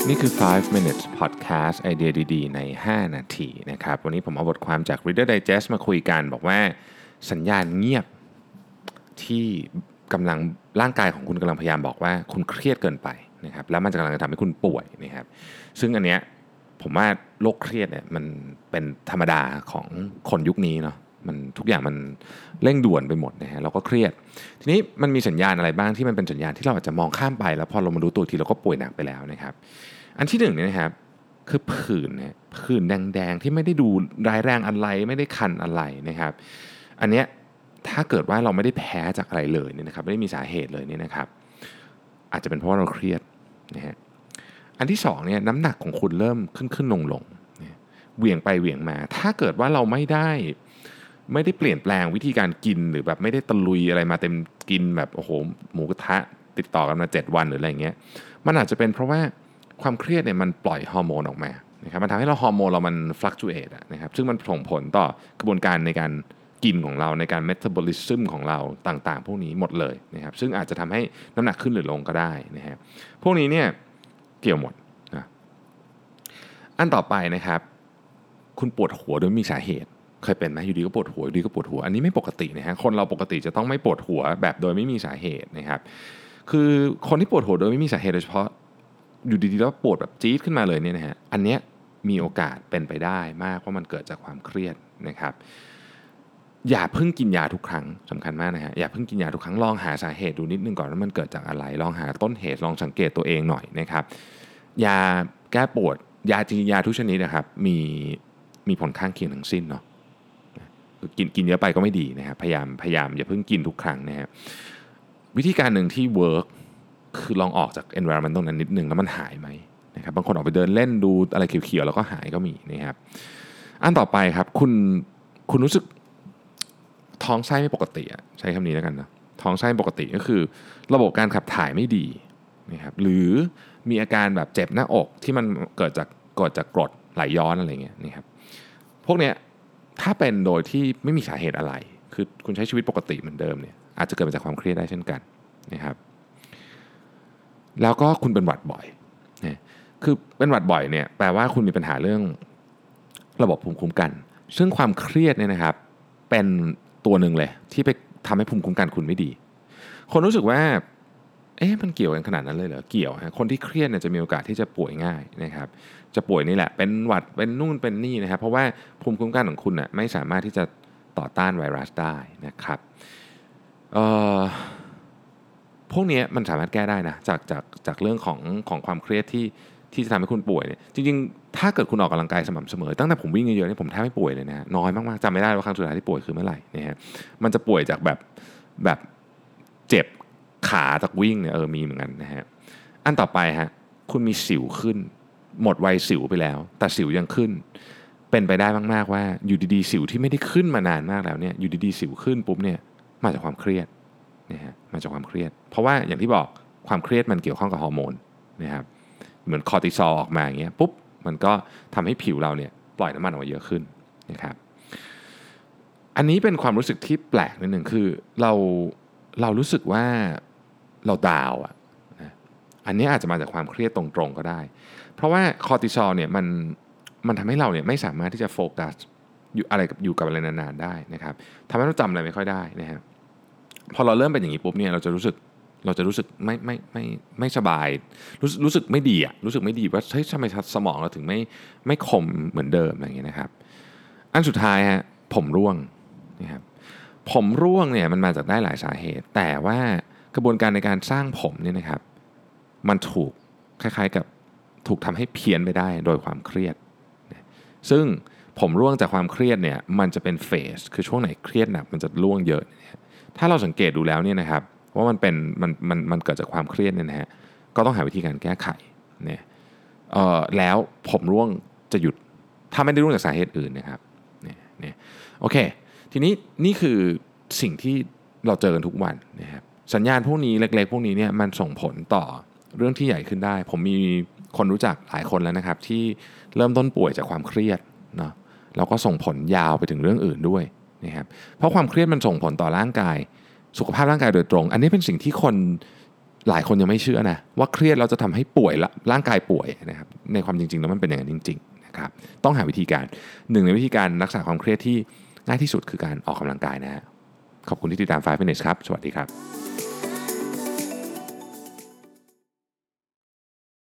นี่คือ5 minutes podcast ไอเดียดีๆใน5นาทีนะครับวันนี้ผมเอาบทความจาก Reader Digest มาคุยกันบอกว่าสัญญาณเงียบที่กำลังร่างกายของคุณกำลังพยายามบอกว่าคุณเครียดเกินไปนะครับแล้วมันจะกำลังจะทำให้คุณป่วยนะครับซึ่งอันเนี้ยผมว่าโรคเครียดเนี่ยมันเป็นธรรมดาของคนยุคนี้เนาะมันทุกอย่างมันเร่งด่วนไปหมดนะฮะเราก็เครียดทีนี้มันมีสัญญาณอะไรบ้างที่มันเป็นสัญญาณที่เราอาจจะมองข้ามไปแล้วพอเรามารู้ตัวทีเราก็ป่วยหนักไปแล้วนะครับอันที่หนึ่งเนี่ยนะครับคือผื่นเนี่ยผื่นแดงๆที่ไม่ได้ดูร้ายแรงอะไรไม่ได้คันอะไรนะครับอันเนี้ยถ้าเกิดว่าเราไม่ได้แพ้จากอะไรเลยเนี่ยนะครับไม่ได้มีสาเหตุเลยเนี่ยนะครับอาจจะเป็นเพราะว่าเราเครียดนะฮะอันที่สองเนี่ยน้ำหนักของคุณเริ่มขึ้นลงเหวี่ยงไปเหวี่ยงมาถ้าเกิดว่าเราไม่ได้เปลี่ยนแปลงวิธีการกินหรือแบบไม่ได้ตะลุยอะไรมาเต็มกินแบบโอ้โหหมูกระทะติดต่อกันมา7วันหรืออะไรเงี้ยมันอาจจะเป็นเพราะว่าความเครียดเนี่ยมันปล่อยฮอร์โมนออกมานะครับมันทำให้เราฮอร์โมนเรามัน fluctuate นะครับซึ่งมันส่งผลต่อกระบวนการในการกินของเราในการ metabolism ของเราต่างๆพวกนี้หมดเลยนะครับซึ่งอาจจะทำให้น้ำหนักขึ้นหรือลงก็ได้นะฮะพวกนี้เนี่ยเกี่ยวหมดนะอันต่อไปนะครับคุณปวดหัวโดยมีสาเหตุเคยเป็นไหมอยู่ดีก็ปวดหัวอยู่ดีก็ปวดหัวอันนี้ไม่ปกตินะฮะคนเราปกติจะต้องไม่ปวดหัวแบบโดยไม่มีสาเหตุนะครับคือคนที่ปวดหัวโดยไม่มีสาเหตุโดยเฉพาะอยู่ดีๆแล้วปวดแบบจี๊ดขึ้นมาเลยเนี่ยนะฮะอันเนี้ยมีโอกาสเป็นไปได้มากว่ามันเกิดจากความเครียดนะครับอย่าเพิ่งกินยาทุกครั้งสำคัญมากนะฮะอย่าเพิ่งกินยาทุกครั้งลองหาสาเหตุดูนิดนึงก่อนว่ามันเกิดจากอะไรลองหาต้นเหตุลองสังเกตตัวเองหน่อยนะครับยาแก้ปวดยาจริงๆยาทุกชนิดนะครับมีผลข้างเคียงทั้งสิ้นเนาะกินเยอะไปก็ไม่ดีนะครับพยายามอย่าเพิ่งกินทุกครั้งนะครับวิธีการหนึ่งที่เวิร์กคือลองออกจาก environment ตรงนั้นนิดนึงแล้วมันหายไหมนะครับบางคนออกไปเดินเล่นดูอะไรเขียวๆแล้วก็หายก็มีนะครับอันต่อไปครับคุณรู้สึกท้องไส้ไม่ปกติใช้คำนี้แล้วกันนะท้องไส้ปกติก็คือระบบการขับถ่ายไม่ดีนะครับหรือมีอาการแบบเจ็บหน้าอกที่มันเกิดจากกรดไหลย้อนอะไรเงี้ยนี่ครับพวกเนี้ยถ้าเป็นโดยที่ไม่มีสาเหตุอะไรคือคุณใช้ชีวิตปกติเหมือนเดิมเนี่ยอาจจะเกิดมาจากความเครียดได้เช่นกันนะครับแล้วก็คุณเป็นหวัดบ่อยนะคือเป็นหวัดบ่อยเนี่ยแปลว่าคุณมีปัญหาเรื่องระบบภูมิคุ้มกันซึ่งความเครียดเนี่ยนะครับเป็นตัวหนึ่งเลยที่ไปทำให้ภูมิคุ้มกันคุณไม่ดีคนรู้สึกว่ามันเกี่ยวกันขนาดนั้นเลยเหรอเกี่ยวฮะคนที่เครียดเนี่ยจะมีโอกาสที่จะป่วยง่ายนะครับจะป่วยนี่แหละเป็นหวัดเป็นนู่นเป็นนี่นะครับเพราะว่าภูมิคุ้มกันของคุณน่ะไม่สามารถที่จะต่อต้านไวรัสได้นะครับพวกนี้มันสามารถแก้ได้นะจากเรื่องของความเครียดที่จะทำให้คุณป่วยเนี่ยจริงๆถ้าเกิดคุณออกกำลังกายสม่ำเสมอตั้งแต่ผมวิ่งเยอะๆเนี่ยผมแทบไม่ป่วยเลยนะน้อยมากๆจำไม่ได้ว่าครั้งสุดท้ายที่ป่วยคือเมื่อไหร่นะฮะมันจะป่วยจากแบบเจ็บขาจากวิ่งเนี่ยมีเหมือนกันนะฮะอันต่อไปฮะคุณมีสิวขึ้นหมดวัยสิวไปแล้วแต่สิวยังขึ้นเป็นไปได้มากๆว่าอยู่ดีๆสิวที่ไม่ได้ขึ้นมานานมากแล้วเนี่ยอยู่ดีๆสิวขึ้นปุ๊บเนี่ยมาจากความเครียดนะฮะมาจากความเครียดเพราะว่าอย่างที่บอกความเครียดมันเกี่ยวข้องกับฮอร์โมนนะครับเหมือนคอร์ติซอลออกมาอย่างเงี้ยปุ๊บมันก็ทำให้ผิวเราเนี่ยปล่อยน้ำมันออกมาเยอะขึ้นนะครับอันนี้เป็นความรู้สึกที่แปลกนิดหนึ่งคือเรารู้สึกว่าเราดาวน์นะอันนี้อาจจะมาจากความเครียดตรงๆก็ได้เพราะว่าคอร์ติซอลเนี่ยมันทำให้เราเนี่ยไม่สามารถที่จะโฟกัสอยู่กับอะไรนานๆได้นะครับทำให้เราจำอะไรไม่ค่อยได้นะครับพอเราเริ่มเป็นอย่างนี้ปุ๊บเนี่ยเราจะรู้สึกไม่สบายรู้สึกไม่ดีรู้สึกไม่ดีว่าเฮ้ยทำไมสมองเราถึงไม่คมเหมือนเดิมอะไรอย่างเงี้ยนะครับอันสุดท้ายฮะผมร่วงนะครับผมร่วงเนี่ยมันมาจากได้หลายสาเหตุแต่ว่ากระบวนการในการสร้างผมเนี่ยนะครับมันถูกคล้ายๆกับถูกทำให้เพี้ยนไปได้โดยความเครียดซึ่งผมร่วงจากความเครียดเนี่ยมันจะเป็นเฟสคือช่วงไหนเครียดหนักมันจะร่วงเยอะถ้าเราสังเกตดูแล้วเนี่ยนะครับว่ามันเกิดจากความเครียดเนี่ยนะฮะก็ต้องหาวิธีการแก้ไขเนี่ยแล้วผมร่วงจะหยุดถ้าไม่ได้ร่วงจากสาเหตุอื่นนะครับเนี่ยโอเคทีนี้นี่คือสิ่งที่เราเจอกันทุกวันนะครับสัญญาณพวกนี้เล็กๆพวกนี้เนี่ยมันส่งผลต่อเรื่องที่ใหญ่ขึ้นได้ผมมีคนรู้จักหลายคนแล้วนะครับที่เริ่มต้นป่วยจากความเครียดเนาะแล้วก็ส่งผลยาวไปถึงเรื่องอื่นด้วยนะครับเพราะความเครียดมันส่งผลต่อร่างกายสุขภาพร่างกายโดยตรงอันนี้เป็นสิ่งที่คนหลายคนยังไม่เชื่อนะว่าเครียดเราจะทำให้ป่วยละร่างกายป่วยนะครับในความจริงๆแล้วมันเป็นอย่างนั้นจริงๆนะครับต้องหาวิธีการหนึ่งในวิธีการรักษาความเครียดที่ง่ายที่สุดคือการออกกำลังกายนะฮะขอบคุณที่ติดตาม5 minutes ครับสวัสดีครับ